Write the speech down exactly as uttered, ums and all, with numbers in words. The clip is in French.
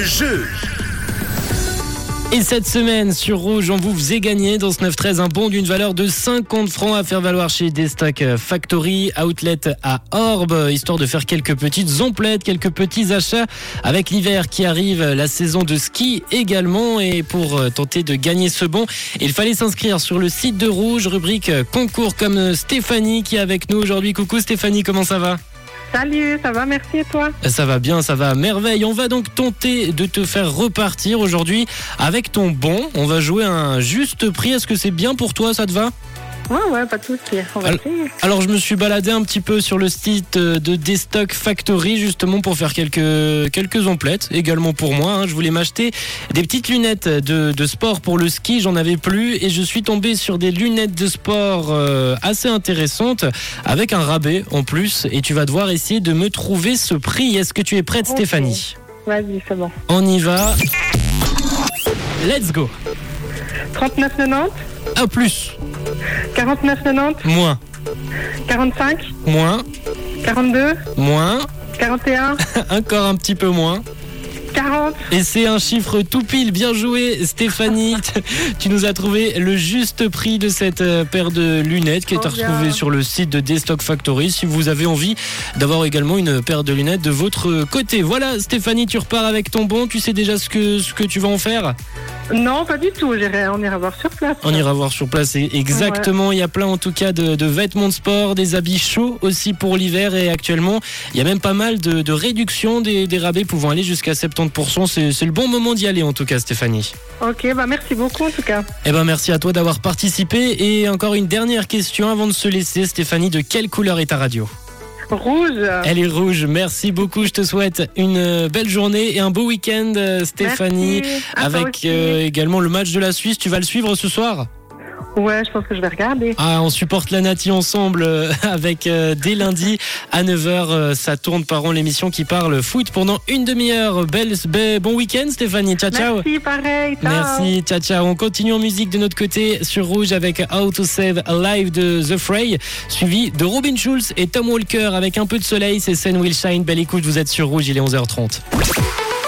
jeu. Et cette semaine sur Rouge, on vous faisait gagner dans ce neuf treize un bon d'une valeur de cinquante francs à faire valoir chez Destock Factory Outlet à Orbe, histoire de faire quelques petites emplettes, quelques petits achats avec l'hiver qui arrive, la saison de ski également. Et pour tenter de gagner ce bon, il fallait s'inscrire sur le site de Rouge, rubrique concours, comme Stéphanie qui est avec nous aujourd'hui. Coucou Stéphanie, comment ça va ? Salut, ça va, merci, et toi ? Ça va bien, ça va à merveille. On va donc tenter de te faire repartir aujourd'hui avec ton bon. On va jouer à un juste prix. Est-ce que c'est bien pour toi, ça te va ? Ouais, ouais, pas de souci. On va alors, essayer. alors, je me suis baladé un petit peu sur le site de Destock Factory, justement pour faire quelques, quelques emplettes, également pour moi. Hein. Je voulais m'acheter des petites lunettes de, de sport pour le ski, j'en avais plus, et je suis tombé sur des lunettes de sport euh, assez intéressantes, avec un rabais en plus, et tu vas devoir essayer de me trouver ce prix. Est-ce que tu es prête, okay. Stéphanie ? Vas-y, c'est bon. On y va. Let's go. trente-neuf quatre-vingt-dix. Un plus. quarante-neuf quatre-vingt-dix. Moins. quarante-cinq. Moins. quarante-deux. Moins. quarante et un. Encore un petit peu moins. quarante. Et c'est un chiffre tout pile. Bien joué Stéphanie. Tu nous as trouvé le juste prix de cette paire de lunettes qui est à retrouver sur le site de Destock Factory si vous avez envie d'avoir également une paire de lunettes de votre côté. Voilà Stéphanie, tu repars avec ton bon. Tu sais déjà ce que, ce que tu vas en faire ? Non, pas du tout. J'irai, on ira voir sur place. On ira voir sur place, exactement. Ouais. Il y a plein en tout cas de, de vêtements de sport, des habits chauds aussi pour l'hiver. Et actuellement, il y a même pas mal de, de réductions, des, des rabais pouvant aller jusqu'à soixante-dix pour cent. C'est, c'est le bon moment d'y aller en tout cas, Stéphanie. Ok, bah merci beaucoup en tout cas. Eh ben merci à toi d'avoir participé. Et encore une dernière question avant de se laisser. Stéphanie, de quelle couleur est ta radio ? Rouge. Elle est rouge. Merci beaucoup. Je te souhaite une belle journée et un beau week-end, Stéphanie. Merci. Avec euh, également le match de la Suisse. Tu vas le suivre ce soir ? Ouais, je pense que je vais regarder. Ah, on supporte la Nati ensemble euh, avec euh, dès lundi à neuf heures. Euh, ça tourne par an, l'émission qui parle foot pendant une demi-heure. Belle, belle, bon week-end, Stéphanie. Ciao, ciao. Merci, pareil. Ciao. Merci, ciao, ciao. On continue en musique de notre côté sur Rouge avec How to Save a Life de The Fray, suivi de Robin Schulz et Tom Walker avec un peu de soleil. C'est Sun Will Shine. Belle écoute, vous êtes sur Rouge, il est onze heures trente.